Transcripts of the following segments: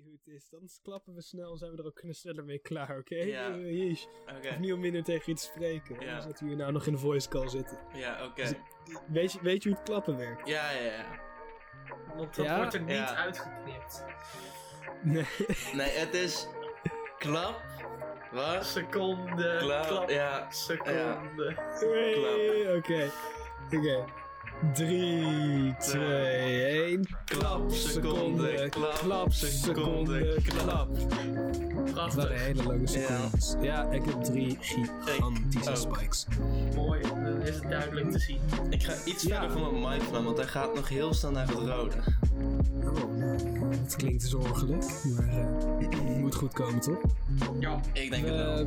hoe het is. Dan klappen we snel en zijn we er ook sneller mee klaar, oké? Ja. Ik hoef niet om minder tegen je te spreken. Ja. Anders dat we hier nou nog in de voice call zitten. Ja, oké. Dus, weet je hoe het klappen werkt? Ja. Want dat wordt er niet uitgeknipt. Nee. Nee, het is... Klap. Wat? Seconde. Klap. Ja. Seconde. Hey, Oké. 3, 2, 1. Klap, seconde, klap, seconde, klap. Dat waren hele lange secondes. Ja, ik heb 3 gigantische spikes. Mooi, dan is het duidelijk te zien. Ik ga iets verder van mijn microfoon, want hij gaat nog heel snel naar het rode. Het klinkt zorgelijk, maar moet goed komen, toch? Ja. Ik denk het wel.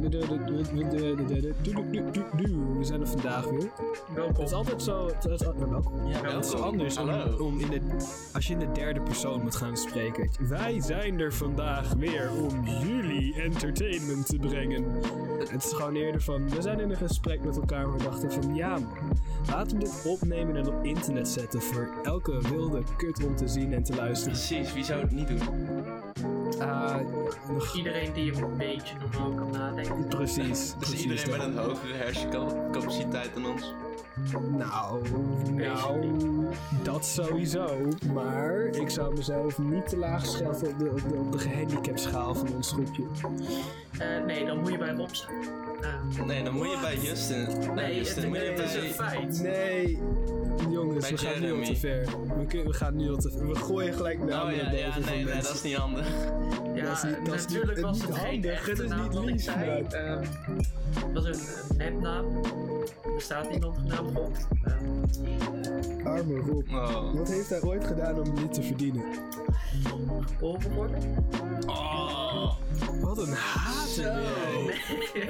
We zijn er vandaag weer. Welkom. Het is altijd zo... welkom. Ja, Het is zo anders om als je in de derde persoon moet gaan spreken. Weet je. Wij zijn er vandaag weer om jullie entertainment te brengen. Het is gewoon eerder van... We zijn in een gesprek met elkaar en we dachten van... Ja man, laten we dit opnemen en op internet zetten voor elke wilde kut om te zien en te luisteren. Precies, wie zou het niet doen? Iedereen die een beetje normaal kan nadenken. Precies. Dus iedereen met een hogere hersencapaciteit dan ons? Nou, dat sowieso. Maar ik zou mezelf niet te laag schatten op de gehandicapschaal van ons groepje. Nee, dan moet je bij Rob zijn. Nee, dan moet je bij Justin. Nee, het is een feit. Nee, jongens, Bij we gaan nu al Jeremy. te ver. We gaan nu al te ver. We gooien gelijk namen naar boven van nee, mensen. dat is niet handig. Ja, Dat is niet natuurlijk was het geen handig, echte het is naam niet wat ik lief, zei. maat. Het was een nepnaam. Er bestaat iemand genaamd Rob. Arme Rob. Oh. Wat heeft hij ooit gedaan om dit te verdienen? Geboren worden? Oh. Wat een hater ben jij.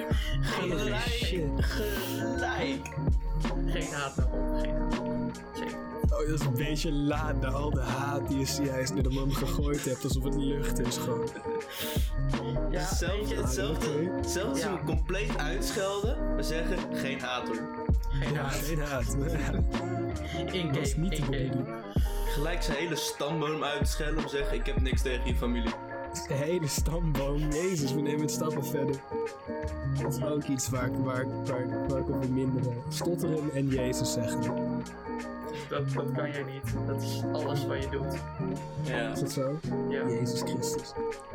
Gelijk. Geen haat naar Rob, geen haat. Zeker. Oh, dat is een beetje laat na al de haat die je juist naar de man gegooid hebt. Alsof het lucht is gewoon. Ja, Hetzelfde als we hem compleet uitschelden. We zeggen geen haat hoor. geen Ja, haat. geen haat. Dat was niet de bedoeling. Gelijk zijn hele stamboom uitschelden om te zeggen ik heb niks tegen je familie. De hele stamboom. Jezus, we nemen het stappen verder. Dat is ook iets waar ik over minder stotteren en Jezus zeggen. Dat kan jij niet. Dat is alles wat je doet. Ja. Is dat zo? Ja. Jezus Christus.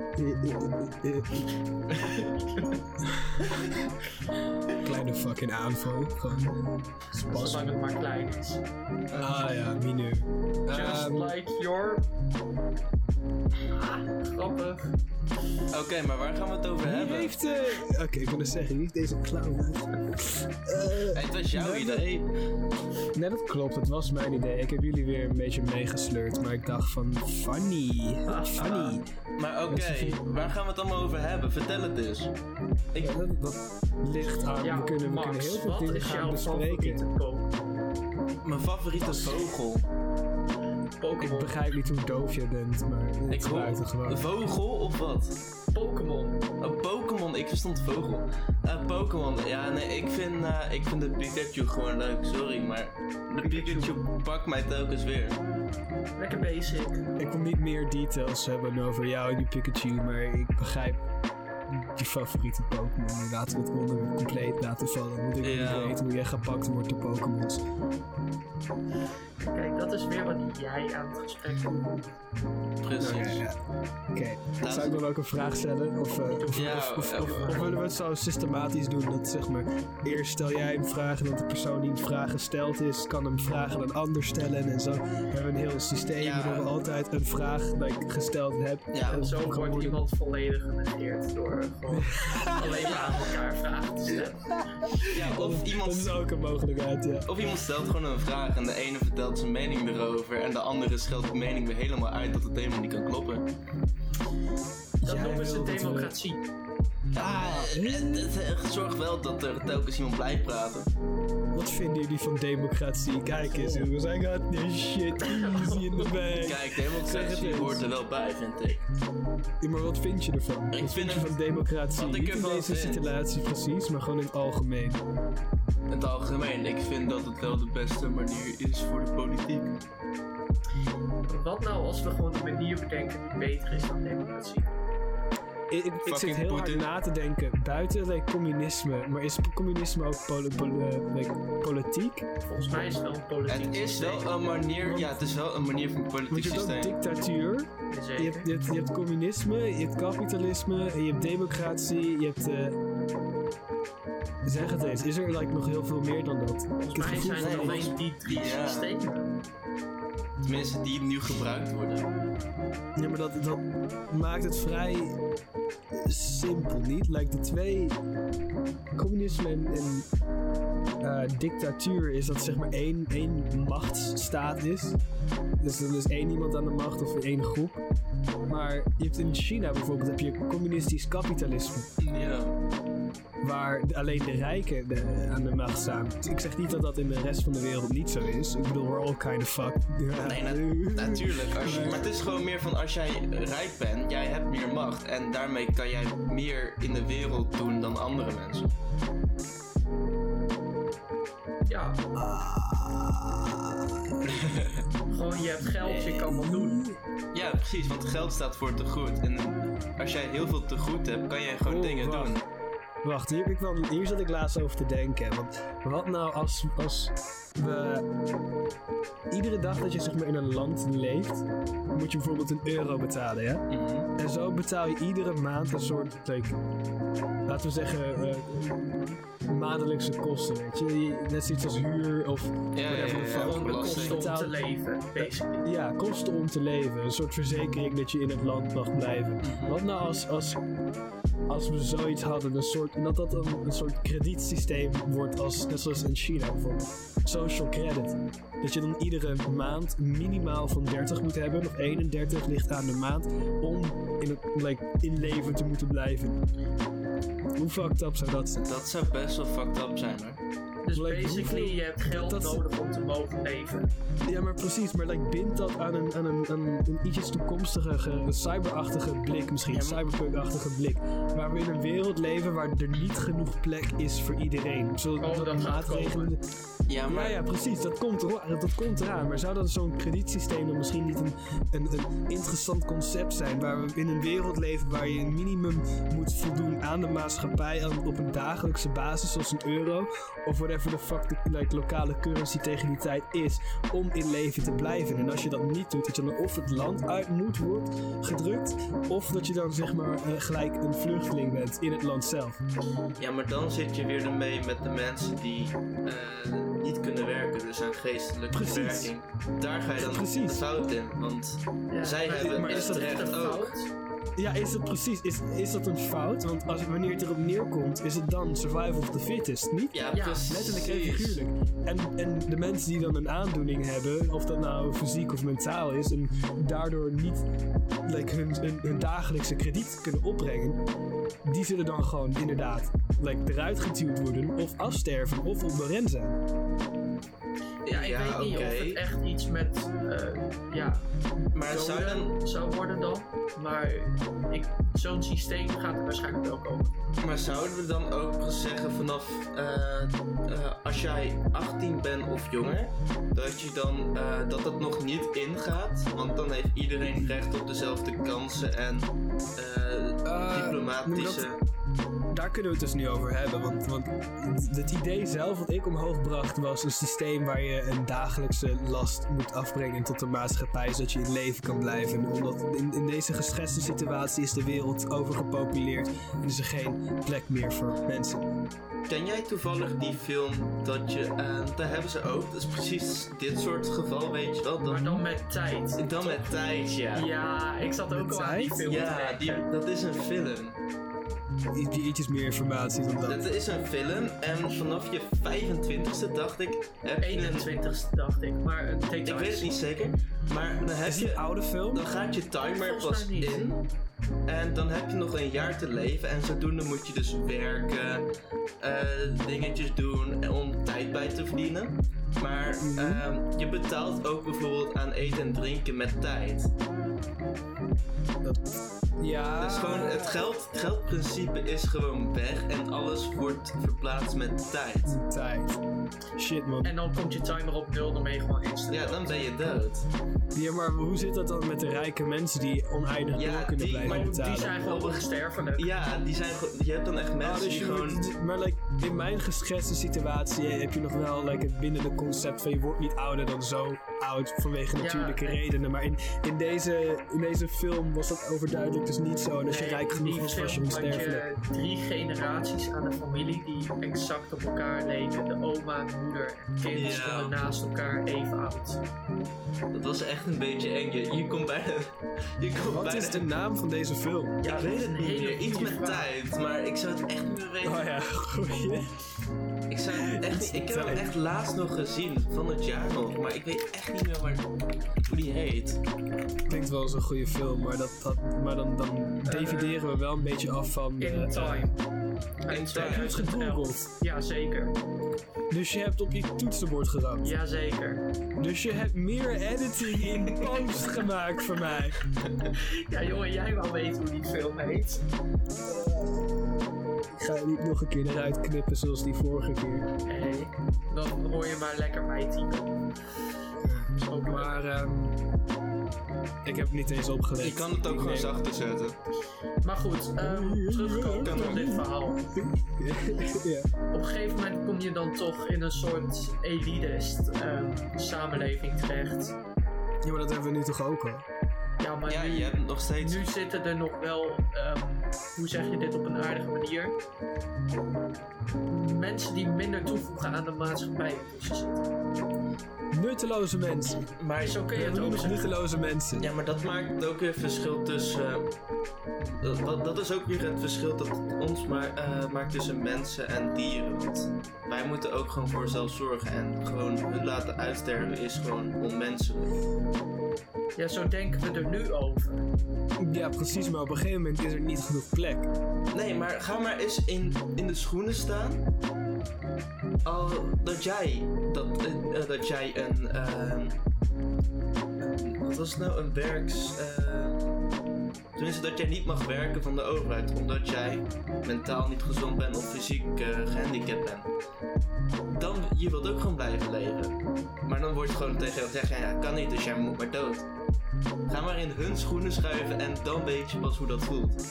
Kleine fucking aanval. Gewoon Zolang het maar klein is. Ah ja, mineur. Just like your... grappig. Oké, maar waar gaan we het over Wie hebben? heeft... Oké, ik wil eens zeggen, wie heeft deze clown uit? Het was jouw idee. Nee, dat klopt. Het was mijn idee. Ik heb jullie weer een beetje meegesleurd. Maar ik dacht van, funny. Funny. Maar oké, waar gaan we het allemaal over hebben? Vertel het eens. Ja, dat ligt aan. Ja, we kunnen Max, heel veel wat dingen is gaan jouw bespreken. favoriete Pokémon? Mijn favoriete vogel. Ik begrijp niet hoe doof je bent, maar Ik het hoor buiten gewoon. vogel of wat? Pokémon. Oh, Pokémon, ik verstond vogel. Pokémon, ja nee, ik vind de Pikachu gewoon leuk, sorry, maar de Pikachu pakt mij telkens weer. Lekker basic. Ik wil niet meer details hebben over jou en die Pikachu, maar ik begrijp je favoriete Pokémon. Laten we het onderwerp compleet laten vallen, want ik wil niet weten hoe jij gepakt wordt door Pokémons. Kijk, dat is weer wat jij aan het gesprek doet. Precies. Oké. Zou ik dan ook een vraag stellen? Of willen we het zo systematisch doen dat zeg maar eerst stel jij een vraag en dat de persoon die een vraag gesteld is kan hem vragen aan een ander stellen en zo hebben we een heel systeem waar we altijd een vraag dat ik gesteld heb. Ja, en Zo wordt iemand volledig genegeerd door gewoon alleen maar aan elkaar vragen te stellen. Ja, of dat is iemand, ook een mogelijkheid, ja. of iemand stelt gewoon een vraag en de ene vertelt zijn mening erover en de andere scheldt de mening weer helemaal uit dat het helemaal niet kan kloppen. Dat Jij noemen ze wil dat we- democratie. Het zorgt wel dat er telkens iemand blijft praten. Wat vinden jullie van democratie? Kijk eens, jongens, I got this shit easy in the bag. Kijk, Zeg democratie het hoort eens. er wel bij, vind ik. Ja, maar wat vind je ervan? Ik Wat vind je het- van democratie? wat ik Niet in ervan deze vind. situatie precies, maar gewoon in het algemeen. In het algemeen, ik vind dat het wel de beste manier is voor de politiek. Wat nou als we gewoon een manier bedenken die beter is dan democratie? Ik zit heel hard na te denken, buiten communisme, maar is communisme ook politiek? Volgens mij is het wel een politiek Het is systeem. wel een manier, het is wel een manier van een Want politiek je hebt ook systeem. dictatuur, Zeker. je hebt communisme, je hebt kapitalisme, je hebt democratie, je hebt... zeg het eens, is er nog heel veel meer dan dat? Volgens mij zijn er alleen die 3 systemen. Tenminste, die nu gebruikt worden. Ja, maar dat maakt het vrij simpel, niet? De twee... Communisme en dictatuur is dat zeg maar één machtsstaat is. Dus er is één iemand aan de macht of één groep. Maar je hebt in China bijvoorbeeld heb je communistisch kapitalisme. Ja. Waar alleen de rijken aan de macht staan. Dus ik zeg niet dat dat in de rest van de wereld niet zo is. Ik bedoel, we're all kind of fucked. Nee, natuurlijk. Maar het is gewoon meer van als jij rijk bent, jij hebt meer macht. En daarmee kan jij meer in de wereld doen dan andere mensen. Ja. Gewoon, je hebt geld, je kan wat doen. Ja, precies, want geld staat voor tegoed. En als jij heel veel tegoed hebt, kan jij gewoon dingen doen. Wacht, hier zat ik laatst over te denken. Want wat nou als we... Iedere dag dat je zeg maar in een land leeft, moet je bijvoorbeeld €1 betalen, ja? Mhm. En zo betaal je iedere maand een soort, laten we zeggen, maandelijkse kosten, weet je? Net zoiets als huur of whatever the fuck. Gewoon de kosten om te leven, basically. Ja, kosten om te leven. Een soort verzekering dat je in het land mag blijven. Wat nou als we zoiets hadden, en dat een soort kredietsysteem wordt net zoals in China bijvoorbeeld. Social credit. Dat je dan iedere maand minimaal van 30 moet hebben, of 31 ligt aan de maand, om in leven te moeten blijven. Hoe fucked up zou dat zijn? Dat zou best wel fucked up zijn, hoor. Dus basically, je hebt geld nodig om te mogen leven. Ja, maar precies. Maar bindt dat aan een ietsjes toekomstige, een cyberachtige blik, misschien een cyberpunk-achtige blik. Waar we in een wereld leven waar er niet genoeg plek is voor iedereen. Dat gaat komen. Ja, maar... Ja, precies. Dat komt eraan. Maar zou dat zo'n kredietsysteem dan misschien niet een interessant concept zijn? Waar we in een wereld leven waar je een minimum moet voldoen aan de maatschappij op een dagelijkse basis, zoals €1. Of whatever the fuck de lokale currency tegen die tijd is, om in leven te blijven. En als je dat niet doet, dat je dan of het land uit moet wordt gedrukt, of dat je dan zeg maar gelijk een vluchteling bent in het land zelf. Ja, maar dan zit je weer ermee met de mensen die niet kunnen werken, dus aan geestelijke beperking. Daar ga je dan de fout in, want zij hebben maar is dat recht een ook. fout? Ja, is dat precies? Is dat een fout? Want wanneer het erop neerkomt, is het dan survival of the fittest, niet? Ja, Ja, precies. Letterlijk en figuurlijk. En de mensen die dan een aandoening hebben, of dat nou fysiek of mentaal is, en daardoor niet hun dagelijkse krediet kunnen opbrengen, die zullen dan gewoon inderdaad eruit geduwd worden, of afsterven, of op de ren zijn. Ja, ik weet niet of het echt iets met maar zou worden dan. Maar zo'n systeem gaat er waarschijnlijk wel komen. Maar zouden we dan ook zeggen vanaf als jij 18 bent of jonger, dat je dan dat het nog niet ingaat, want dan heeft iedereen recht op dezelfde kansen en diplomatische... Daar kunnen we het dus nu over hebben, want het idee zelf wat ik omhoog bracht was een systeem waar je een dagelijkse last moet afbrengen tot de maatschappij, zodat je in leven kan blijven. Omdat in deze gestreste situatie is de wereld overgepopuleerd en is er geen plek meer voor mensen. Ken jij toevallig die film dat je, daar hebben ze ook, dat is precies dit soort geval, weet je wel. Maar dan met tijd. Dan met tijd, ja. Ja, ik zat ook al aan die film te denken. Dat is een film. Ietsjes meer informatie dan dat. Dat is een film en vanaf je 25ste dacht ik... 21ste dacht ik, maar het take Ik weet het niet zeker, maar dan heb Is je... het een oude film? Dan gaat je timer Volgens pas mij niet. in en dan heb je nog een jaar te leven en zodoende moet je dus werken, dingetjes doen om tijd bij te verdienen. Maar je betaalt ook bijvoorbeeld aan eten en drinken met tijd. Ja. Dus gewoon het geldprincipe is gewoon weg en alles wordt verplaatst met tijd. Shit, man. En dan komt je timer op 0, dan ben je gewoon instant. Ja, dan ben je dood. Ja, maar hoe zit dat dan met de rijke mensen die oneindig door kunnen blijven betalen? Die zijn gewoon onsterfelijk. Ja, die zijn je hebt dan echt mensen dus die gewoon... Maar in mijn geschetste situatie heb je nog wel het bindende concept van je wordt niet ouder dan zo oud vanwege natuurlijke redenen. Maar in deze film was dat overduidelijk dus niet zo. En als je rijk genoeg was, was je onsterfelijk. Had je 3 generaties aan de familie die exact op elkaar leken. De oma, de moeder en het kind stonden naast elkaar even oud. Dat was echt een beetje eng. Je komt bijna... Wat is de naam van deze film? Ja, ik weet het niet meer. Iets met tijd, maar ik zou het echt niet meer weten. Oh ja, goeie. Ik heb hem echt laatst nog gezien, van het jaar nog, maar ik weet echt niet meer hoe die heet. Klinkt wel als een goede film, maar dan divideren we wel een beetje af van... In Time. In Time. Heb je het gegoogeld? Ja, zeker. Dus je hebt op je toetsenbord geramd? Jazeker. Dus je hebt meer editing in post gemaakt voor mij? Ja jongen, jij wou weten hoe die film heet. Ik ga niet nog een keer eruit knippen zoals die vorige keer. Nee, dan hoor je maar lekker mij typen. Maar ik heb het niet eens opgelet. Je kan het ook gewoon zachter zetten. Maar goed, terugkomen tot dit verhaal. Ja. Op een gegeven moment kom je dan toch in een soort elitist samenleving terecht. Ja, maar dat hebben we nu toch ook al? Ja, maar Ja, nu, je hebt het nog steeds. nu zitten er nog wel, hoe zeg je dit op een aardige manier? Mensen die minder toevoegen aan de maatschappij tussen zitten. Nutteloze mensen. Maar Zo kun je het ook zeggen. Nutteloze mensen. ja, maar dat maakt ook weer het verschil tussen... dat is ook weer het verschil dat ons maakt tussen mensen en dieren. Want wij moeten ook gewoon voor onszelf zorgen. En gewoon hun laten uitsterven is gewoon onmenselijk. Ja, zo denken we er nu over. Ja, precies, maar op een gegeven moment is er niet genoeg plek. Nee, maar ga maar eens in de schoenen staan. Dat jij een... wat was het nou? Een werks... tenminste, dat jij niet mag werken van de overheid. Omdat jij mentaal niet gezond bent of fysiek gehandicapt bent. Dan, je wilt ook gewoon blijven leven. Maar dan wordt gewoon tegen jou gezegd, ja, kan niet, dus jij moet maar dood. Ga maar in hun schoenen schuiven en dan weet je pas hoe dat voelt.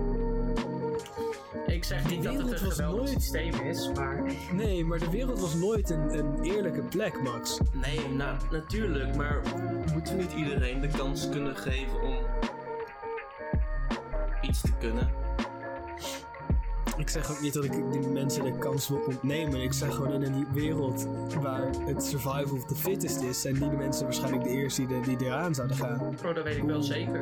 Ik zeg niet dat het een geweldig systeem is, maar... Nee, maar de wereld was nooit een eerlijke plek, Max. Nee, nou, natuurlijk, maar moeten we niet iedereen de kans kunnen geven om iets te kunnen? Ik zeg ook niet dat ik die mensen de kans wil ontnemen. Ik zeg gewoon in een wereld waar het survival of the fittest is, zijn die de mensen waarschijnlijk de eerste die eraan zouden gaan. Oh, dat weet ik wel zeker.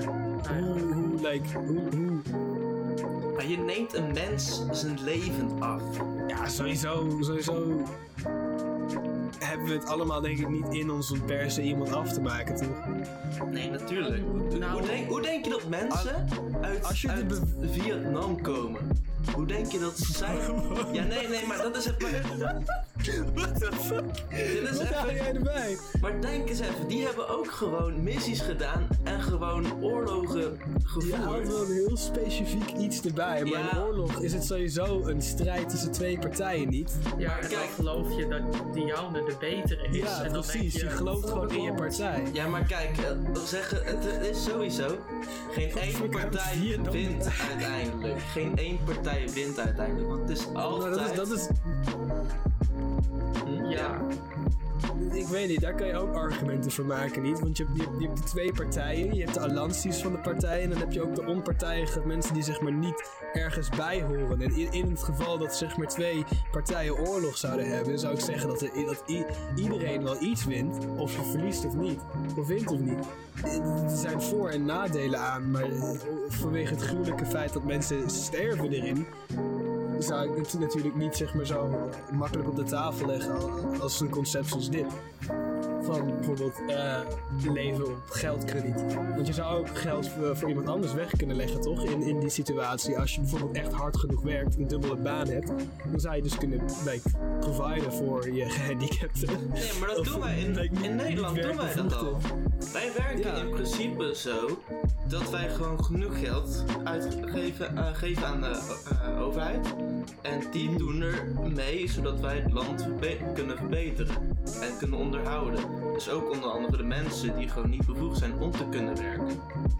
Hoe? Maar je neemt een mens zijn leven af. Ja, sowieso hebben we het allemaal denk ik niet in ons om per se iemand af te maken, toch? Nee, natuurlijk. Hoe denk je dat mensen uit Vietnam komen? Hoe denk je dat zij... Ja, nee, maar dat is het... What the fuck? Wat haal jij erbij? Maar denk eens even, die hebben ook gewoon missies gedaan en gewoon oorlogen gevoerd. Je haalt wel een heel specifiek iets erbij, maar Ja. een oorlog is het sowieso een strijd tussen twee partijen, niet? Ja, Maar en kijk- dan geloof je dat die jouwe de betere is. Ja, en dan precies. denk Je gelooft gewoon in je partij. Ja, maar kijk, zeggen, het is sowieso... Geen één partij wint uiteindelijk. Geen één partij wint uiteindelijk, want het is altijd... Nou, dat is... Ja, Ik weet niet, daar kan je ook argumenten voor maken, niet? Want je hebt de twee partijen, je hebt de allianties van de partijen en dan heb je ook de onpartijdige mensen die zeg maar niet ergens bij horen. En in het geval dat zeg maar twee partijen oorlog zouden hebben, zou ik zeggen dat iedereen wel iets wint, of je verliest of niet, of wint of niet. Er zijn voor- en nadelen aan, maar vanwege het gruwelijke feit dat mensen sterven erin, zou ik het natuurlijk niet zeg maar zo makkelijk op de tafel leggen als een concept zoals dit. van bijvoorbeeld leven op geldkrediet. Want je zou ook geld voor iemand anders weg kunnen leggen, toch? In die situatie. Als je bijvoorbeeld echt hard genoeg werkt, een dubbele baan hebt, dan zou je dus kunnen providen voor je gehandicapten. Nee, maar dat doen wij in Nederland doen wij dat al. Wij werken in principe zo dat wij gewoon genoeg geld geven aan de overheid. En die doen er mee zodat wij het land kunnen verbeteren en kunnen onderhouden. Dus ook onder andere de mensen die gewoon niet bevoegd zijn om te kunnen werken.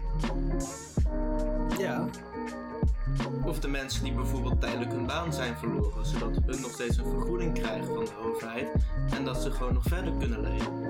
Ja. Of de mensen die bijvoorbeeld tijdelijk hun baan zijn verloren, zodat hun nog steeds een vergoeding krijgen van de overheid en dat ze gewoon nog verder kunnen leven.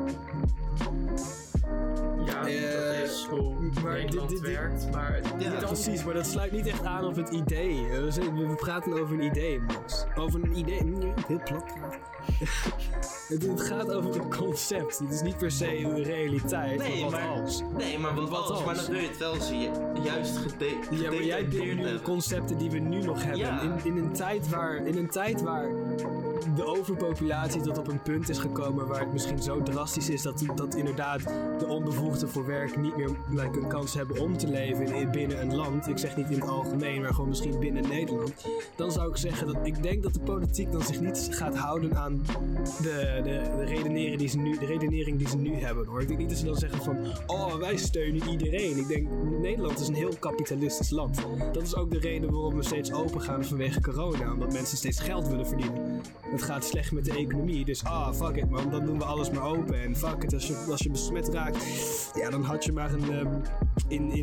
Ja, dat is hoe Nederland werkt, maar... Ja, precies, maar dat sluit niet echt aan op het idee. We praten over een idee, Max. Over een idee... Heel plat. Het gaat over een concept. Het is niet per se een realiteit. Nee, maar wat als. Nee, maar wat als? Maar dan wil je het wel zien. Juist ja, maar jij deelt nu de concepten die we nu nog hebben. Ja. In een tijd waar de overpopulatie tot op een punt is gekomen waar het misschien zo drastisch is dat inderdaad de onbevoegden voor werk niet meer een kans hebben om te leven binnen een land. Ik zeg niet in het algemeen, maar gewoon misschien binnen Nederland. Dan zou ik zeggen dat ik denk dat de politiek dan zich niet gaat houden aan de redenering die ze nu hebben, hoor. Ik denk niet dat ze dan zeggen van, oh, wij steunen iedereen. Ik denk, Nederland is een heel kapitalistisch land. Dat is ook de reden waarom we steeds open gaan vanwege corona. Omdat mensen steeds geld willen verdienen. Het gaat slecht met de economie, dus fuck it man, dan doen we alles maar open. En fuck it, als je besmet raakt, ja, dan had je maar een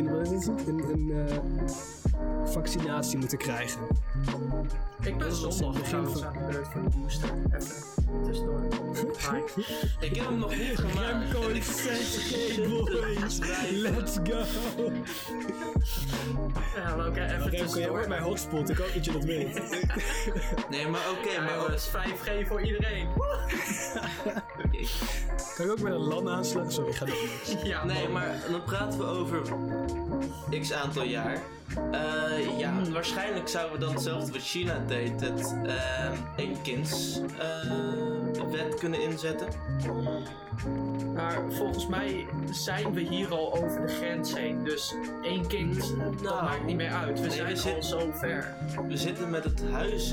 vaccinatie moeten krijgen. Ik ben zondag trouwens aan de beurt voor de booster. Even tussendoor. Ik heb hem nog niet gemaakt. Remco is 6G boys. Let's go. Ja, maar oké, even Remco, jij wordt mijn hotspot. Ik hoop dat je dat weet. Nee, maar oké, maar dat is 5G voor iedereen. Okay. Kan ik ook met een LAN aansluiten? Sorry, ik ga dat niet. Ja, nee, maar dan praten we over x aantal jaar. Waarschijnlijk zouden we dan hetzelfde wat China deed, het één-kinds-wet kunnen inzetten. Maar volgens mij zijn we hier al over de grens heen, dus 1 kind, dat maakt niet meer uit. We zijn al zo ver. We zitten met het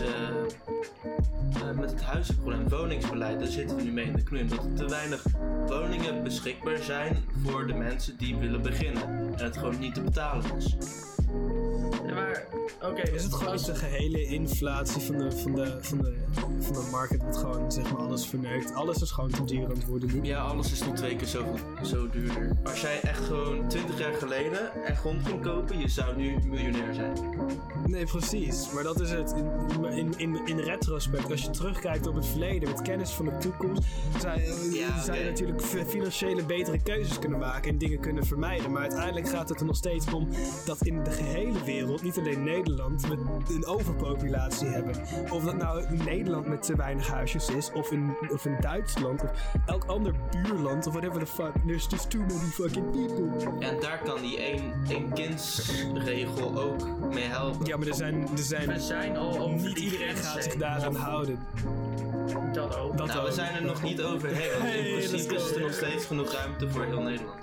huizenprobleem, woningsbeleid, daar zitten we nu mee in de knum. Dat er te weinig woningen beschikbaar zijn voor de mensen die willen beginnen en het gewoon niet te betalen is. Ja, maar oké, is het gewoon de gehele inflatie van de markt wat gewoon zeg maar alles verneukt? Alles is gewoon te duur aan het worden nu. Ja, alles is nu 2 keer zo duurder. Als jij echt gewoon 20 jaar geleden er grond ging kopen, je zou nu miljonair zijn. Nee, precies. Maar dat is het. In retrospect, als je terugkijkt op het verleden met kennis van de toekomst, zou je natuurlijk financiële betere keuzes kunnen maken en dingen kunnen vermijden. Maar uiteindelijk gaat het er nog steeds om dat in de gehele wereld, niet alleen Nederland, we een overpopulatie hebben. Of dat nou in Nederland met te weinig huisjes is, of in Duitsland, of elk ander buurland, of whatever the fuck. There's just too many fucking people. En daar kan die één-kindsregel ook mee helpen. Ja, maar er zijn al over niet iedereen gaat zich daaraan houden. Dat ook. We zijn er nog niet overheen. Want in principe is er nog steeds genoeg ruimte voor heel Nederland.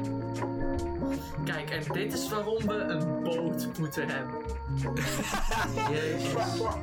Kijk, en dit is waarom we een boot moeten hebben. Jezus.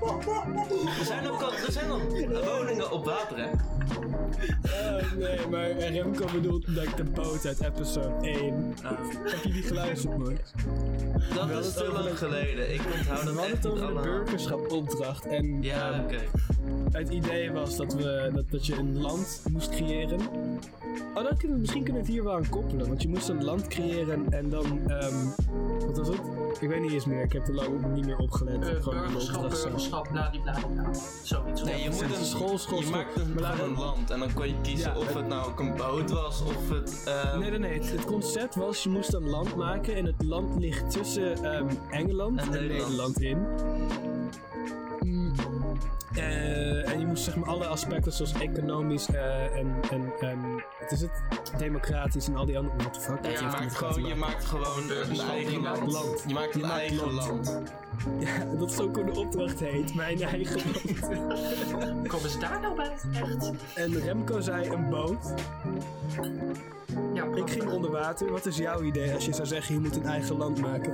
Er zijn al woningen op water, hè? Nee, maar Remco bedoelt de boot uit episode 1. Heb je die geluisterd, man? Dat is te lang geleden. Ik onthoud dat. We hadden het over de burgerschapopdracht. En ja, oké. Het idee was dat je een land moest creëren. Misschien kunnen we het hier wel aan koppelen. Want je moest een land creëren en dan... wat was het? Ik weet niet eens meer. Ik heb er lang niet meer opgelet. Burgerschap, bladibla. Zoiets. Nee, je moet een school. Je maakt een land en dan kon je kiezen of het nou ook een boot was of het... Nee. Het concept was, je moest een land maken en het land ligt tussen Engeland en Nederland in. En je moest zeg maar alle aspecten zoals economisch en wat is het? Democratisch en al die andere... What the fuck? Ja, je maakt gewoon een eigen land. Je maakt een eigen land. Ja, dat is ook hoe de opdracht heet. Mijn eigen boot. Komen ze daar nou bij? Echt? En Remco zei een boot. Ja, Ik ging onder water. Wat is jouw idee als je zou zeggen je moet een eigen land maken?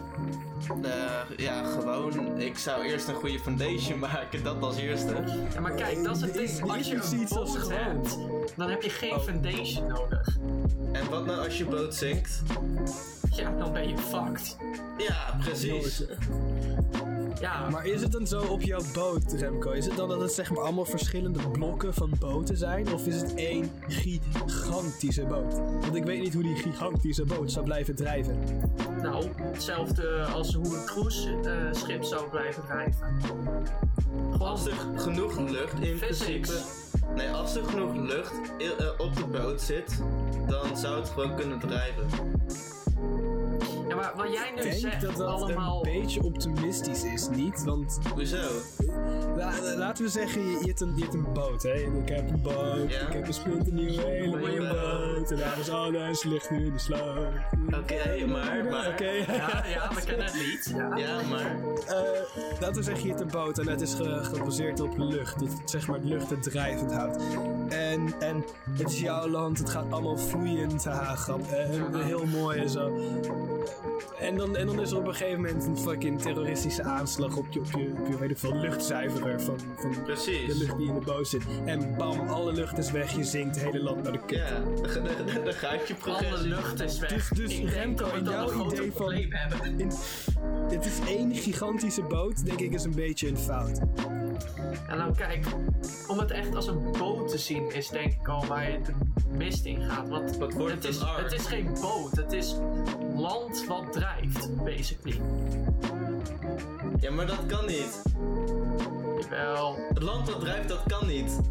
Ja, gewoon. Ik zou eerst een goede foundation maken, dat als eerste. Ja, maar kijk, dat is het ding. Als je een boot hebt, dan heb je geen foundation nodig. En wat nou als je boot zinkt? Ja, dan ben je fucked. Ja, precies. Ja. Maar is het dan zo op jouw boot, Remco? Is het dan dat het zeg maar allemaal verschillende blokken van boten zijn? Of is het één gigantische boot? Want ik weet niet hoe die gigantische boot zou blijven drijven. Nou, hetzelfde als hoe een cruiseschip zou blijven drijven. Als er genoeg lucht in principe... Nee, als er genoeg lucht op de boot zit, dan zou het gewoon kunnen drijven. Ja, maar wat jij nu zegt, ik denk dat allemaal... een beetje optimistisch is, niet? Want... Hoezo? Laten we zeggen, je hebt een boot, hè? En ik heb een boot, Ja? ik heb een splinternieuwe hele mooie boot. En daar is alles, ligt nu in de sloot. Oké, maar... Oké. Ja, we kennen het niet. Ja, maar... Laten we zeggen, je hebt een boot en het is gebaseerd op lucht. Dat zeg maar lucht het drijvend houdt. En het is jouw land, het gaat allemaal vloeiend, grap. Heel mooi en zo. En dan is er op een gegeven moment een fucking terroristische aanslag op je weet ik veel, luchtzuiverer van Precies. de lucht die in de boot zit. En bam, alle lucht is weg, je zinkt het hele land naar de kut. Ja, dan gaat je progressie. Alle lucht is weg. Dus Ik denk Remco, dat we in dan jouw een groot idee van... probleem hebben. Het is één gigantische boot, denk ik, is een beetje een fout. En nou kijk, om het echt als een boot te zien is denk ik al waar je de mist in gaat. Want Wat wordt het is, een ark? het is geen boot, het is land wat drijft, basically. Ja, maar dat kan niet. Jawel. Het land dat drijft, dat kan niet.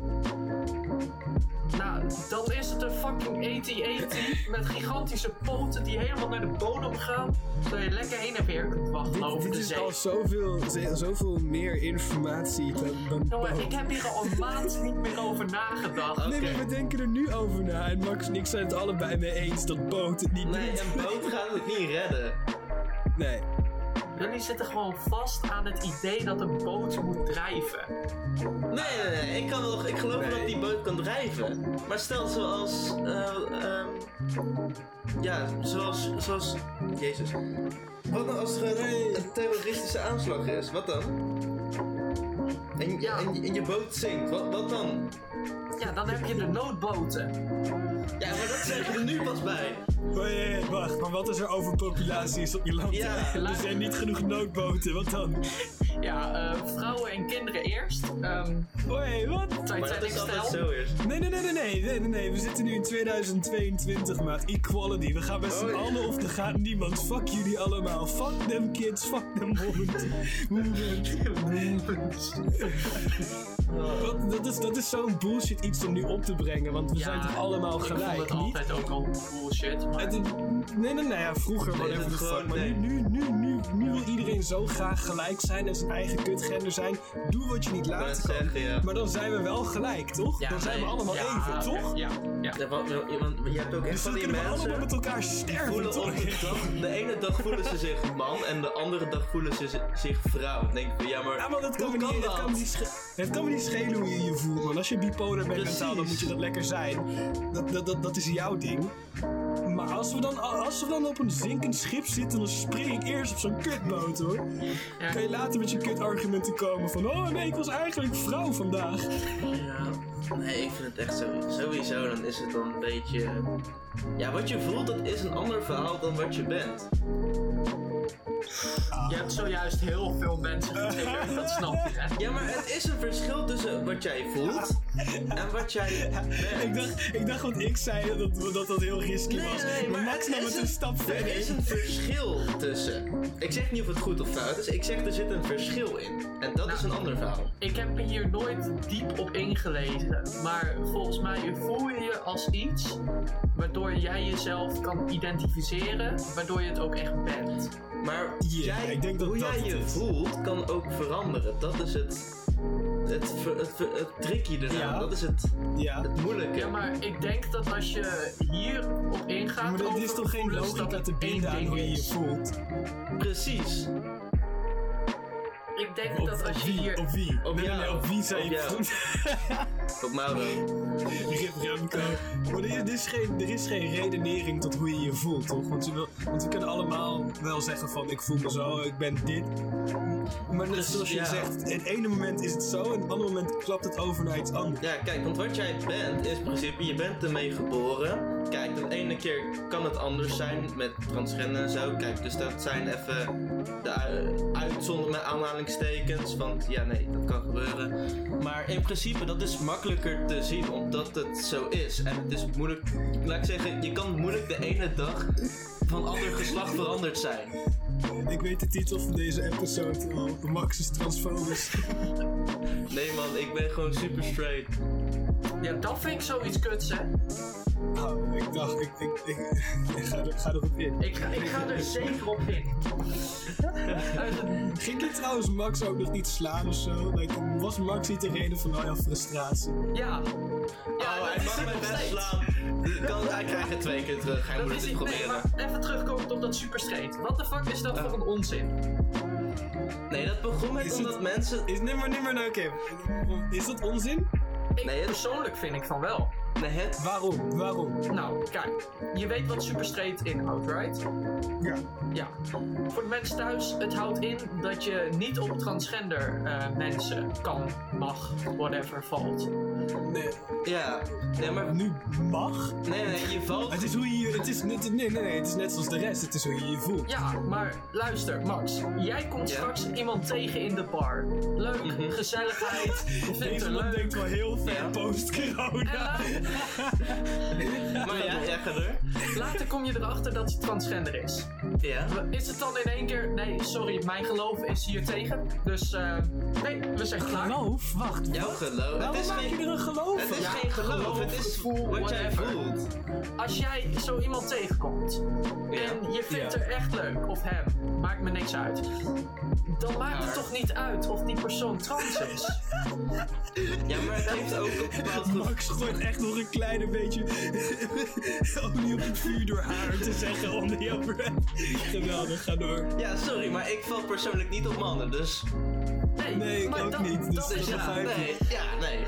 Nou, dan is het een fucking AT-AT met gigantische poten die helemaal naar de bodem gaan. Zodat je lekker heen en weer kunt wachten over Dit de is zee. al zoveel meer informatie dan Jongen, boot. ik heb hier al een maand niet meer over nagedacht. Nee, maar we denken er nu over na. En Max en ik zijn het allebei mee eens dat boot het niet Nee, doet. een boot gaat het niet redden. Nee. Jullie zitten gewoon vast aan het idee dat een boot moet drijven. Nee. Ik geloof wel dat die boot kan drijven. Maar stel zoals... zoals... Jezus. Wat nou als er een terroristische aanslag is? Wat dan? En je boot zinkt. Wat dan? Ja, dan heb je de noodboten. Ja, maar dat zeg je er nu pas bij. Wacht, maar wat is er overpopulatie is op je land? Ja, er zijn niet genoeg noodboten, wat dan? Ja, vrouwen en kinderen eerst. Wat? Maar dat is altijd Titanic-stijl. zo eerst. Nee, we zitten nu in 2022, maat. Equality, we gaan met z'n allen of er gaat niemand. Fuck jullie allemaal. Fuck them kids, fuck them women. Dat is zo'n bullshit iets om nu op te brengen, want we zijn toch allemaal gelijk, Ik vond het niet? altijd ook al bullshit. Maar... Nee, vroeger Nee, whatever dat the is fuck. gewoon- Maar nu wil iedereen zo graag gelijk zijn en zijn eigen kutgender zijn. Doe wat je niet Ik wou laat net komen. zeggen, ja. Maar dan zijn we wel gelijk, toch? Ja, dan zijn we nee, allemaal ja, even, toch? Ja. Ja, want je hebt ook echt Dus van dan die kunnen we allemaal mensen... met elkaar sterven, voelen toch? op de ene dag voelen ze zich man en de andere dag voelen ze zich vrouw. Dan denk ik van, ja, maar Ja, maar dat kan hoe me kan niet, dat? het kan me niet schelen hoe je je voelt, man. Als je bipolar bent Precies. mentaal, dan moet je dat lekker zijn. Dat is jouw ding. Maar als we dan op een zinkend schip zitten, dan spring ik eerst op zo'n kutboot, hoor. Ja. Kan je later met je kutargumenten komen van... Oh nee, ik was eigenlijk vrouw vandaag. Ja, nee, ik vind het echt sowieso, dan is het dan een beetje... Ja, wat je voelt, dat is een ander verhaal dan wat je bent. Je hebt zojuist heel veel mensen getriggerd, dat snap je, hè? Ja, maar het is een verschil tussen wat jij voelt en wat jij bent. Ik dacht wat ik zei, dat heel risky was. Maar Max nam het een stap verder. Er is een verschil tussen. Ik zeg niet of het goed of fout is, ik zeg er zit een verschil in. En dat is een ander verhaal. Ik heb me hier nooit diep op ingelezen, maar volgens mij voel je je als iets waardoor jij jezelf kan identificeren, waardoor je het ook echt bent. Maar Ja, ik denk dat hoe dat jij het je is. voelt kan ook veranderen. Dat is het tricky eraan. Ja. Dat is het Ja. moeilijke. Ja, maar ik denk dat als je hierop ingaat, Maar dat over is toch geen gevoelens, logica dat te het één binden aan ding hoe je je is. voelt? Precies. Ik denk dat als je hier... Op wie? Op jou. Nee, op wie zei Op je jou. voelt? Op Mauro. Remco. Maar er is geen redenering tot hoe je je voelt, toch? Want we kunnen allemaal wel zeggen van ik voel me zo, ik ben dit. Maar net zoals je zegt, het ene moment is het zo en het andere moment klapt het over naar iets anders. Ja, kijk, want wat jij bent is in principe, je bent ermee geboren. Kijk, de ene keer kan het anders zijn met transgender en zo. Kijk, dus dat zijn even de uitzonderingen met aanhalingstekens. Want ja, nee, dat kan gebeuren. Maar in principe, dat is makkelijker te zien omdat het zo is. En het is moeilijk, laat ik zeggen, je kan moeilijk de ene dag van ander geslacht veranderd zijn. Ik weet de titel van deze episode al. Max is transfobisch. Nee man, ik ben gewoon super straight. Ja, dat vind ik zoiets kuts, hè. Oh, ik dacht, ik ga erop in. Ik ga er zeker op in. Ging je trouwens Max ook nog niet slaan of zo? Was Max niet de reden van al jouw frustratie? Ja. Hij mag me best slaan. Hij krijgt het 2 keer terug. Hij moet het proberen. Nee, maar even terugkomen op dat super straight. Wat de fuck is dat voor een onzin? Nee, dat begon met omdat mensen... Nee, maar nou, oké. Is dat onzin? Persoonlijk vind ik van wel. Nee, het... Waarom? Nou, kijk. Je weet wat super straight inhoudt, right? Ja. Ja. Voor de mensen thuis, het houdt in dat je niet op transgender mensen kan, mag, whatever, valt. Nee. Ja. Nee, maar... Nu mag? Nee, je valt... Het is hoe je... Het is net zoals de rest. Het is hoe je je voelt. Ja, maar luister, Max. Jij komt straks iemand tegen in de bar. Leuk, gezelligheid. Je vindt Deze het man leuk. denkt wel heel ver post-corona. Maar ja, ga door. Later kom je erachter dat hij transgender is. Ja. Is het dan in één keer... Nee, sorry, mijn geloof is hier tegen. Dus, nee, we zijn klaar. Geloof? Wacht. Jouw geloof. Waarom Het is maak je geen... er een geloof Het van? is geen geloof. Het is wat jij whatever. voelt. Als jij zo iemand tegenkomt en je vindt haar echt leuk, of hem, maakt me niks uit. Dan maakt het toch niet uit of die persoon trans is? Ja, maar het heeft ook een bepaald... Max gooit echt nog een kleine beetje olie op het vuur door haar te zeggen onder jouw breath. Geweldig, ga door. Ja, sorry, maar ik val persoonlijk niet op mannen, dus... Nee, ik maar ook dat- niet. Dus dat dat is begrijp ik. nee. Ja, nee.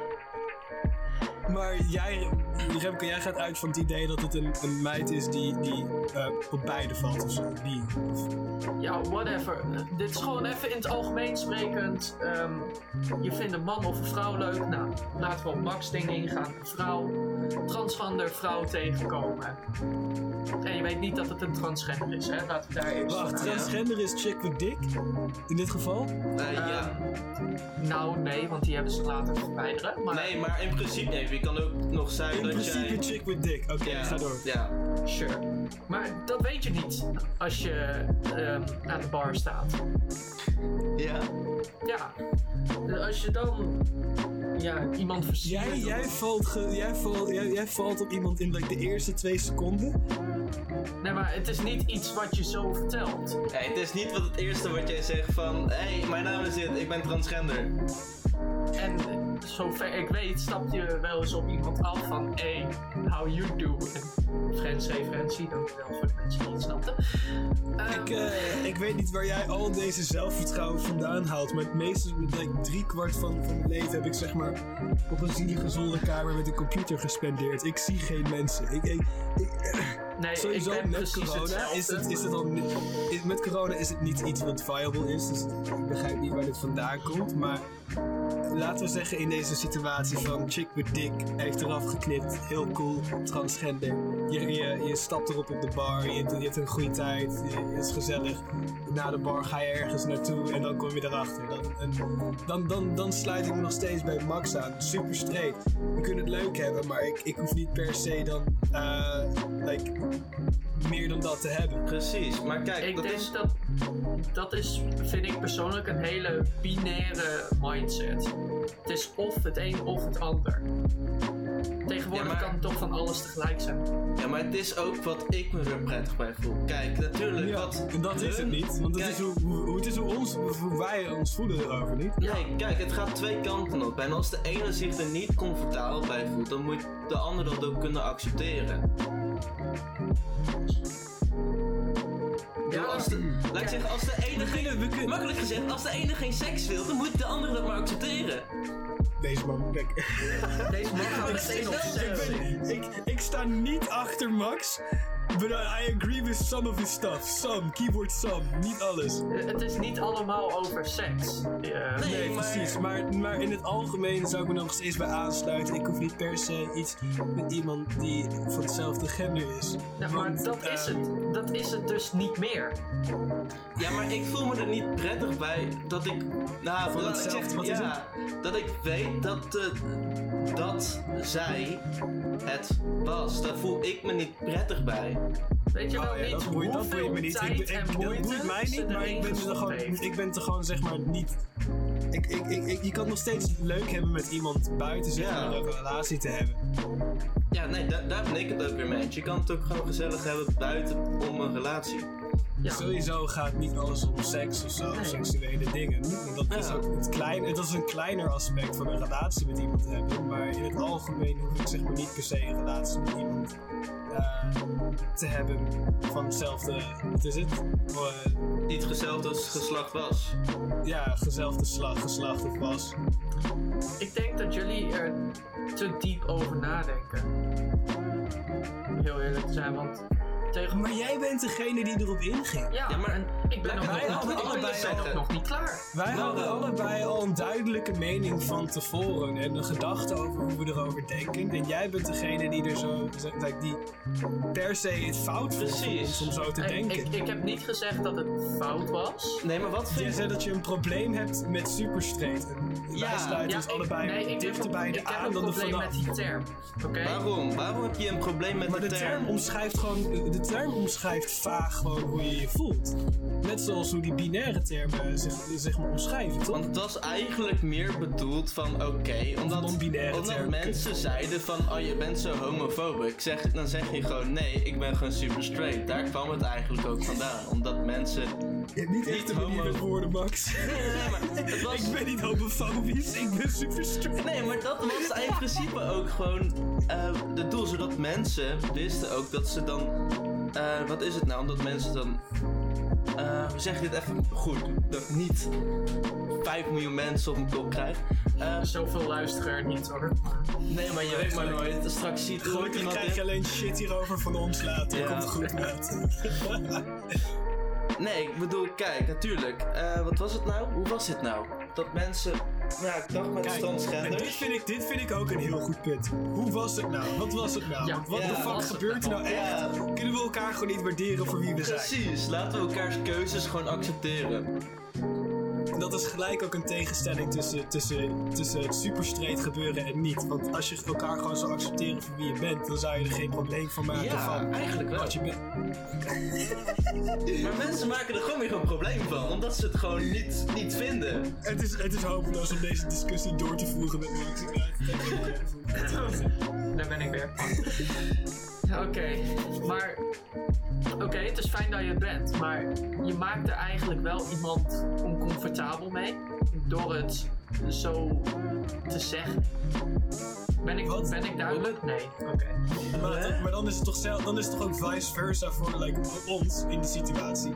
Maar jij, Remco, jij gaat uit van het idee dat het een meid is die op beide valt of zo. Ja, whatever. Dit is gewoon even in het algemeen sprekend. Je vindt een man of een vrouw leuk. Nou, laten we op Max ding ingaan. Een vrouw, transgender vrouw tegenkomen. En je weet niet dat het een transgender is, hè? Laten we daar even... Wacht, transgender is chick with dick? In dit geval? Ja. Nou, nee, want die hebben ze laten verwijderen. Maar Nee, maar in principe, nee, je kan ook nog zijn In dat principe jij... chick with dick. Oké, Ja, ga door. Ja. sure. Maar dat weet je niet als je aan de bar staat. Ja. Ja. Als je dan iemand versiert... Jij valt op iemand in de eerste 2 seconden. Nee, maar het is niet iets wat je zo vertelt. Nee, het is niet wat het eerste wat jij zegt van... Hey, mijn naam is dit, ik ben transgender. En zover ik weet, stap je wel eens op iemand af van... Hey, how you do? Grensreferentie, dankjewel voor de mensen die het snapten. Ik weet niet waar jij al deze zelfvertrouwen vandaan haalt. Maar het meeste, 3/4 van mijn leven heb ik zeg maar op een zielige zolderkamer met een computer gespendeerd. Ik zie geen mensen. Nee, Sowieso ik ben met precies corona hetzelfde. met corona is het niet iets wat viable is. Dus ik begrijp niet waar dit vandaan komt. Maar laten we zeggen in deze situatie van chick with dick heeft eraf geknipt. Heel cool, transgender. Je stapt erop op de bar, je hebt een goede tijd, het is gezellig. Na de bar ga je ergens naartoe en dan kom je erachter. Dan sluit ik me nog steeds bij Max aan. Super straight. We kunnen het leuk hebben, maar ik hoef niet per se dan meer dan dat te hebben. Precies, maar kijk, Ik dat denk is... dat is, vind ik persoonlijk, een hele binaire mindset. Het is of het een of het ander. Tegenwoordig Ja, maar- kan het toch van alles tegelijk zijn. Ja, maar het is ook wat ik me er prettig bij voel. Kijk, natuurlijk, Ja, wat... en dat is het niet. Want het is hoe wij ons voelen erover, niet? Nee, kijk, het gaat 2 kanten op. En als de ene zich er niet comfortabel bij voelt, dan moet de ander dat ook kunnen accepteren. Ja, Als laat ik zeggen, als de ene makkelijk gezegd, als de ene geen seks wil, dan moet de andere dat maar accepteren. Deze man, kijk. Deze man gaat meteen op seks. Ik sta niet achter Max. But I agree with some of his stuff. Some, keyword some, niet alles. Het is niet allemaal over seks. Nee, precies. Maar in het algemeen zou ik me nog steeds bij aansluiten. Ik hoef niet per se iets met iemand die van hetzelfde gender is. Ja, maar dat is het dus niet meer. Ja, maar ik voel me er niet prettig bij dat ik... Nou, van hetzelfde, wat is het? Dat ik weet dat zij het was. Daar voel ik me niet prettig bij. Weet je wel niet dat boeit me niet. tijd en Dat moeite boeit mij niet, maar ik ben er gewoon zeg maar niet... Je kan nog steeds leuk hebben met iemand buiten zeg maar een relatie te hebben. Ja, nee, daar ben ik het ook weer mee eens. Je kan het ook gewoon gezellig hebben buiten om een relatie. Ja. Sowieso gaat niet alles om seks of zo, seksuele dingen. Dat is ook het is een kleiner aspect van een relatie met iemand te hebben. Maar in het algemeen hoef ik zeg maar niet per se een relatie met iemand te hebben van hetzelfde, wat is het? Niet hetzelfde geslacht was. Ja, hetzelfde geslacht of was. Ik denk dat jullie er te diep over nadenken. Om heel eerlijk te zijn, want... Maar jij bent degene die erop inging. Ja, maar ik ben nog niet klaar. Wij hadden allebei al een duidelijke mening van tevoren en een gedachte over hoe we erover denken. En jij bent degene die er zo, die per se het fout vindt om zo te denken. Ik heb niet gezegd dat het fout was. Nee, maar wat vind je? Jij zei dat je een probleem hebt met superstraight. Wij sluiten dus allebei dichter bij de aan dan de vanaf. Ik heb een probleem met die term. Okay? Waarom heb je een probleem met de term? De term omschrijft vaag gewoon hoe je je voelt. Net zoals hoe die binaire termen zich maar omschrijven, toch? Want het was eigenlijk meer bedoeld van omdat mensen zeiden van je bent zo homofobisch. Dan zeg je gewoon nee, ik ben gewoon super straight. Daar kwam het eigenlijk ook vandaan. Omdat mensen... Je hebt niet echt een manier met woorden, Max. Nee, maar het was... Ik ben niet homofobisch, ik ben super straight. Nee, maar dat was in principe ook gewoon het doel. Zodat mensen wisten ook dat ze dan... wat is het nou? Omdat mensen dan... hoe zeg je dit even goed? Dat ik niet 5 miljoen mensen op mijn kop krijg. Zoveel luisteraar niet hoor. Nee, maar je weet maar nooit. Straks ziet gelukkig krijg je alleen shit hierover van ons later. Komt het goed uit. Nee, ik bedoel, kijk, natuurlijk. Wat was het nou? Hoe was het nou? Dat mensen... Ja, ik dacht met transgenders. Dit vind ik ook een heel goed punt. Hoe was het nou? Wat was het nou? Wat de fuck gebeurt er nou echt? Ja. Kunnen we elkaar gewoon niet waarderen voor wie we zijn? Precies, laten we elkaars keuzes gewoon accepteren. Dat is gelijk ook een tegenstelling tussen het super straight gebeuren en niet. Want als je elkaar gewoon zou accepteren voor wie je bent, dan zou je er geen probleem van maken van eigenlijk wel. Wat je bent. Maar mensen maken er gewoon weer een probleem van, omdat ze het gewoon niet vinden. Het is hopeloos om deze discussie door te voeren met Max. Daar ben ik weer. Oké, het is fijn dat je het bent, maar je maakt er eigenlijk wel iemand oncomfortabel mee door het zo te zeggen. Ben ik duidelijk? Nee. Oké. Maar dan is het toch ook vice versa voor ons in die situatie.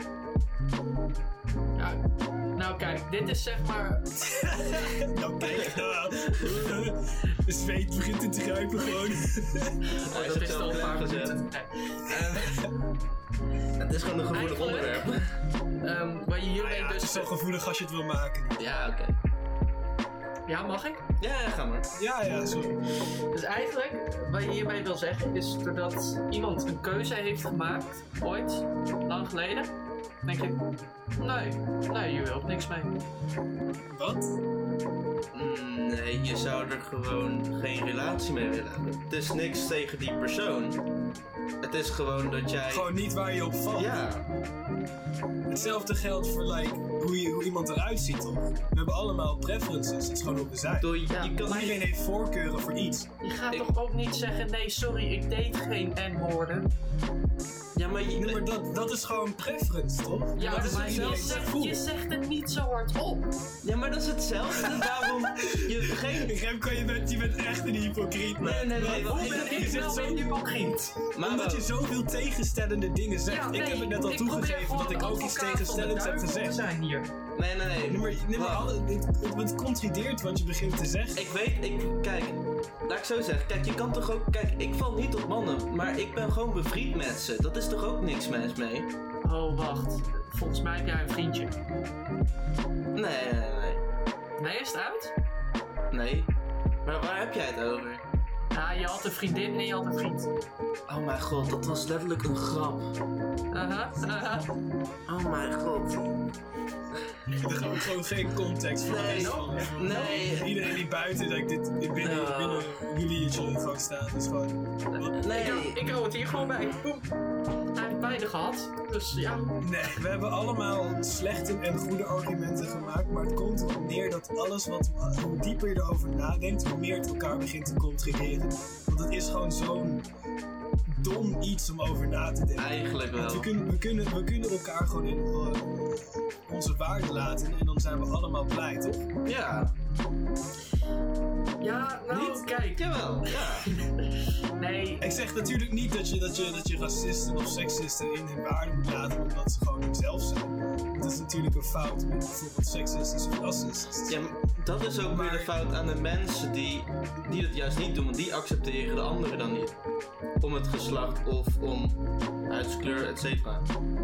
Ja, nou kijk, dit is zeg maar... Nou kijk, de zweet begint in te kruipen gewoon. Dat is al een paar minuten. Het is gewoon een gevoelig onderwerp. Waar je hiermee Het is zo gevoelig als je het wil maken. Ja, oké. Ja, mag ik? Ja, ga maar. Ja, sorry. Dus eigenlijk, wat je hiermee wil zeggen, is doordat iemand een keuze heeft gemaakt, ooit, lang geleden, denk ik, nee, je wilt niks mee. Wat? Nee, je zou er gewoon geen relatie mee willen hebben. Het is niks tegen die persoon. Het is gewoon dat jij... Gewoon niet waar je op valt. Ja. Hetzelfde geldt voor hoe iemand eruit ziet, toch? We hebben allemaal preferences. Het is gewoon hoe we zijn. Iedereen heeft voorkeuren voor iets. Je gaat toch ook niet zeggen, nee, sorry, ik deed geen N-woorden? Ja, maar dat is gewoon preference, toch? Ja, dat is maar je zegt het niet zo hard op. Ja, maar dat is hetzelfde. Waarom je geen... Remco, je bent echt een hypocriet, man. Nee. Hoe ben ik nou een hypocriet? Omdat je zoveel tegenstellende dingen zegt. Ja, ik heb het net al toegegeven dat ik ook iets tegenstellends heb gezegd. Zijn hier. Nee. Maar het contradeert wat je begint te zeggen. Kijk, laat ik zo zeggen. Kijk, je kan toch ook... Kijk, ik val niet op mannen, maar ik ben gewoon bevriend met ze. Dat is toch ook niks mee? Oh, wacht. Volgens mij heb jij een vriendje. Nee. Nee, is het uit? Nee. Maar waar heb jij het over? Ja, je had een vriendin en je had een vriend. Oh mijn god, dat was letterlijk een grap. Oh mijn god. Er gewoon geen context voor. Nee. Iedereen die buiten binnen jullie gewoon staat is gewoon... Nee. Ik hou het hier gewoon bij. Boem. Hij heeft beide gehad, dus ja. Nee, we hebben allemaal slechte en goede argumenten gemaakt, maar het komt erop neer dat alles hoe dieper je erover nadenkt, hoe meer het elkaar begint te contraderen. Want het is gewoon zo'n dom iets om over na te denken. Eigenlijk wel. Want we kunnen elkaar gewoon in onze waarde laten en dan zijn we allemaal blij, toch? Ja. Ja, nou, niet? Kijk. Jawel, ja. Nee. Ik zeg natuurlijk niet dat je racisten of seksisten in hun waarde moet laten omdat ze gewoon hunzelf zijn. Dat is natuurlijk een fout met bijvoorbeeld seksistisch of racistisch. Ja, maar dat is ook weer de fout aan de mensen die dat juist niet doen, want die accepteren de anderen dan niet. Om het geslacht of om huidskleur, et cetera.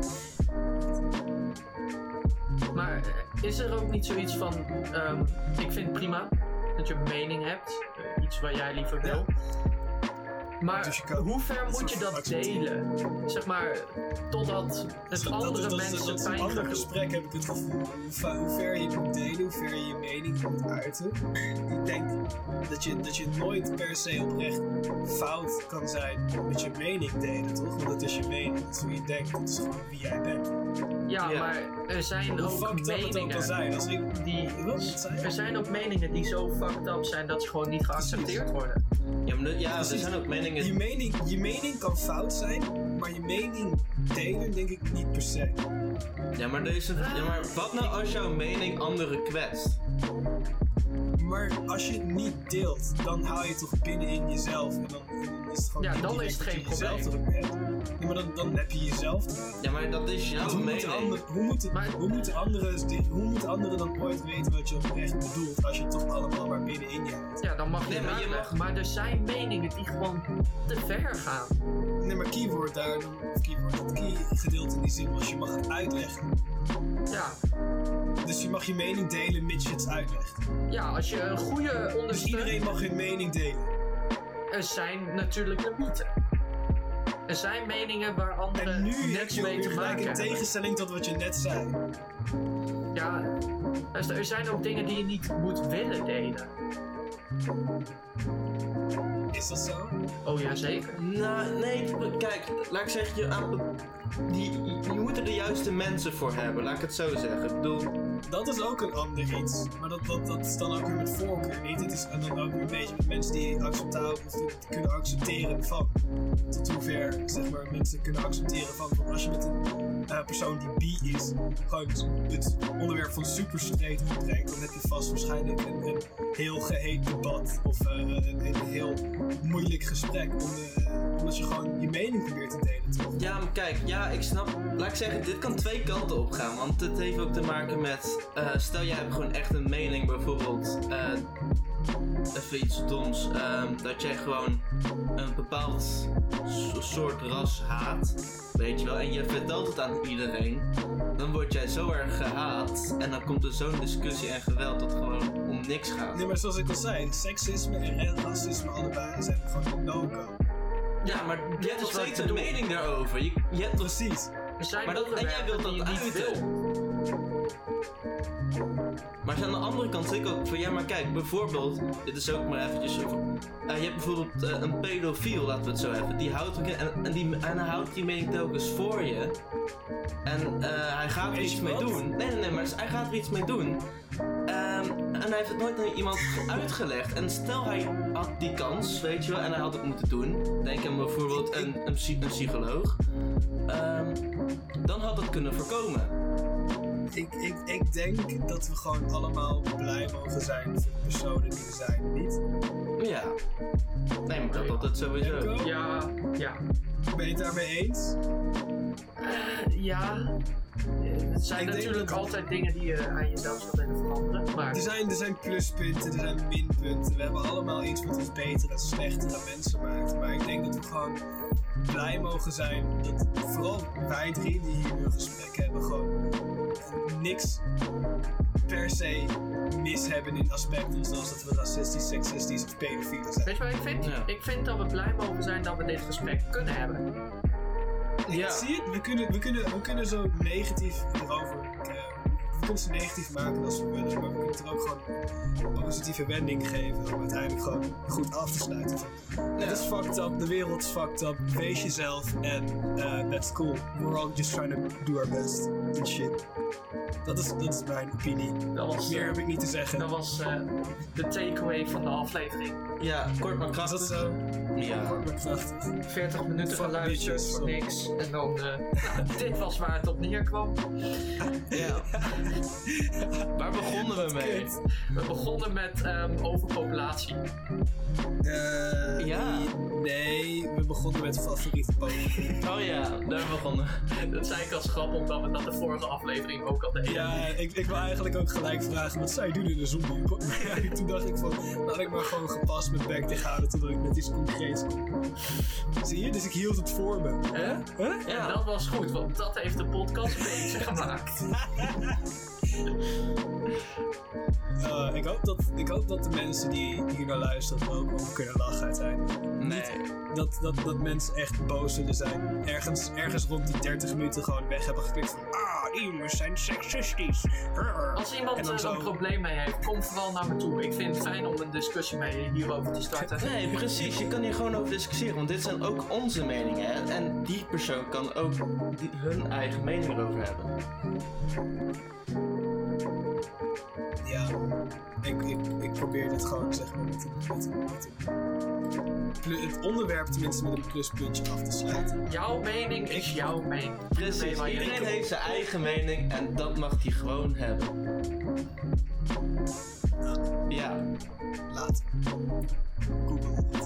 Maar is er ook niet zoiets van, ik vind het prima dat je een mening hebt, iets waar jij liever wil. Maar dus hoe ver moet je dat delen? Zeg maar, totdat het andere mensen dat pijn een ander gaat doen. gesprek heb ik het gevoel. Hoe ver je moet delen, hoe ver je je mening moet uiten. Ik denk dat je nooit per se oprecht fout kan zijn met je mening delen, toch? Want dat is je mening, dat is hoe je denkt, dat is gewoon wie jij bent. Ja, maar er zijn Hoe ook fucked up het ook kan zijn. Als ik... Er zijn ook meningen die zo fucked up zijn dat ze gewoon niet geaccepteerd worden. Ja, er zijn ook meningen... Je mening kan fout zijn, maar je mening delen denk ik niet per se. Ja, maar wat nou als jouw mening anderen kwetst? Maar als je het niet deelt, dan hou je het toch binnen in jezelf. En dan is het gewoon... Ja, dan is het geen probleem. Ja, maar dan heb je jezelf erop. Ja, maar dat is jouw mening. Hoe moeten anderen dan ooit weten wat je oprecht bedoelt als je het toch allemaal maar binnenin je houdt? Ja, dan mag je het uitleggen. Maar er zijn meningen die gewoon te ver gaan. Nee, maar keyword daar, het key gedeelte in die zin was je mag het uitleggen. Ja. Dus je mag je mening delen mits je het uitlegt. Ja, als je een goede ondersteunt... Dus iedereen mag hun mening delen. Er zijn natuurlijk limieten. Er zijn meningen waar anderen en nu niks mee te maken hebben. In tegenstelling tot wat je net zei. Ja, er zijn ook dingen die je niet moet willen delen. Is dat zo? Oh ja, zeker. Nou, nee, kijk, laat ik zeggen, je moet er de juiste mensen voor hebben, laat ik het zo zeggen. Ik bedoel... Dat is ook een ander iets, maar dat is dan ook weer met voorkeur, niet? Het is dan ook weer een beetje met mensen die acceptabel of kunnen accepteren van. Tot hoever, zeg maar, mensen kunnen accepteren van als je met een persoon die bi is, gewoon het onderwerp van superstreed opbrengt, dan heb je vast waarschijnlijk een heel geheet debat of een heel moeilijk gesprek, omdat je gewoon je mening probeert te delen, toch? Ja, maar kijk, ik snap, laat ik zeggen, dit kan twee kanten op gaan, want het heeft ook te maken met, stel jij hebt gewoon echt een mening, bijvoorbeeld, even iets doms, dat jij gewoon een bepaald soort ras haat, weet je wel, en je vertelt het aan iedereen, dan word jij zo erg gehaat en dan komt er zo'n discussie en geweld dat gewoon om niks gaat. Nee, maar zoals ik al zei, seksisme en racisme allebei zijn gewoon een no-go. Ja, maar je hebt nog steeds een mening daarover. Je hebt precies. Maar en jij wilt dat uiten. Maar aan de andere kant zeg ik ook van, ja maar kijk, bijvoorbeeld, dit is ook maar eventjes over, je hebt bijvoorbeeld een pedofiel, laten we het zo even, die houdt en hij houdt die mening telkens voor je. En hij gaat er iets mee doen. Nee, maar hij gaat er iets mee doen. En hij heeft het nooit aan iemand uitgelegd. En stel hij had die kans, weet je wel, en hij had het moeten doen. Denk aan bijvoorbeeld een psycholoog. dan had het kunnen voorkomen. Ik denk dat we gewoon allemaal blij mogen zijn voor de personen die we zijn, niet? Ja. Nee, maar dat sowieso. Remco? Ja. Ben je het daarmee eens? Ja. Het zijn Ik denk natuurlijk dat- altijd dingen die je aan jezelf zou willen veranderen. Maar Er zijn pluspunten, er zijn minpunten. We hebben allemaal iets wat ons beter en slechtere mensen maakt. Maar ik denk dat we gewoon blij mogen zijn dat vooral wij drie die hier nu een gesprek hebben, gewoon niks per se mis hebben in aspecten zoals dat we racistisch, seksistisch of pedofielen zijn. weet je wat ik vind? Ja. Ik vind dat we blij mogen zijn dat we dit gesprek kunnen hebben. Ja. Zie je, we kunnen zo negatief erover. We kunnen ze negatief maken als we willen, maar we kunnen er ook gewoon een positieve wending geven om uiteindelijk gewoon goed af te sluiten. Het is fucked up, de wereld is fucked up, wees jezelf en that's cool. We're all just trying to do our best and shit. Dat is mijn opinie. Meer heb ik niet te zeggen. Dat was de takeaway van de aflevering. Ja, kort maar Is dat krachtig. zo? Ja. Kort maar krachtig. 40 minuten Fuck geluisterd bitches. voor niks. En dan, dit was waar het op neerkwam. Ja. Waar begonnen we mee? We begonnen met overpopulatie. Ja. Nee, we begonnen met favoriete Pokémon. Oh ja, daar begonnen. Dat zei ik als grap, omdat we dat de vorige aflevering ook al deden. Ja, ik wil eigenlijk ook gelijk vragen, wat zou je doen in een zombie? Ja, toen dacht ik van, laat ik maar gewoon gepast mijn bek dicht houden totdat ik met iets concreets kom. Zie je? Dus ik hield het voor me. Hè? Ja. En dat was goed, want dat heeft de podcast bezig gemaakt. Ik hoop dat de mensen die hier naar luisteren ook om kunnen lachen uiteindelijk. Nee. Dat mensen echt boos zullen zijn. Ergens rond die 30 minuten gewoon weg hebben geklikt van die jongens zijn seksistisch. Als iemand En dan er een probleem mee heeft, kom vooral naar me toe. Ik vind het fijn om een discussie mee hierover te starten. Nee, precies. Je kan hier gewoon over discussiëren, want dit zijn ook onze meningen. Hè? En die persoon kan ook hun eigen mening erover hebben. Ja, ik probeer dit gewoon zeg maar het onderwerp tenminste met een pluspuntje af te sluiten. Jouw mening is jouw mening. Precies, Nee, maar je iedereen denkt- heeft zijn eigen mening en dat mag hij gewoon hebben. Ja. Laat. Google het.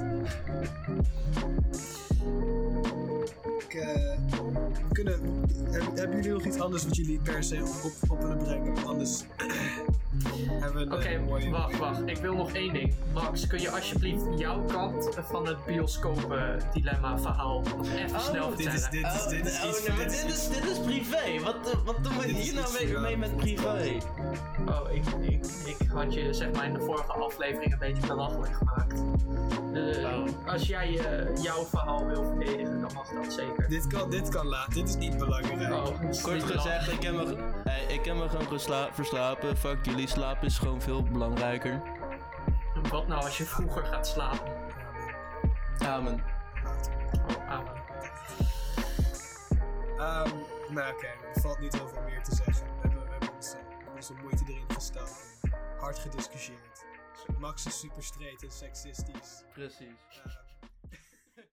Hebben jullie nog iets anders wat jullie per se op willen brengen? Anders hebben we Oké, een mooie... wacht. Ik wil nog één ding. Max, kun je alsjeblieft jouw kant van het bioscoop-dilemma verhaal nog even snel vertellen? Dit Dit is privé. Wat doen we hier nou mee met privé? Oh, ik had je zeg maar in de vorige aflevering een beetje belachelijk gemaakt. Als jij jouw verhaal wil verdedigen, dan mag dat zeker. Dit kan laat. Dit is niet belangrijk. Oh, het is Kort niet gezegd, ik heb me gewoon verslapen. Fuck jullie, slaap is gewoon veel belangrijker. belangrijk. Wat nou als je vroeger gaat slapen? Amen. Oh, amen. Nou oké, er valt niet heel veel meer te zeggen. We hebben onze moeite erin gestoken. Hard gediscussieerd. Max is super straight en seksistisch. Precies.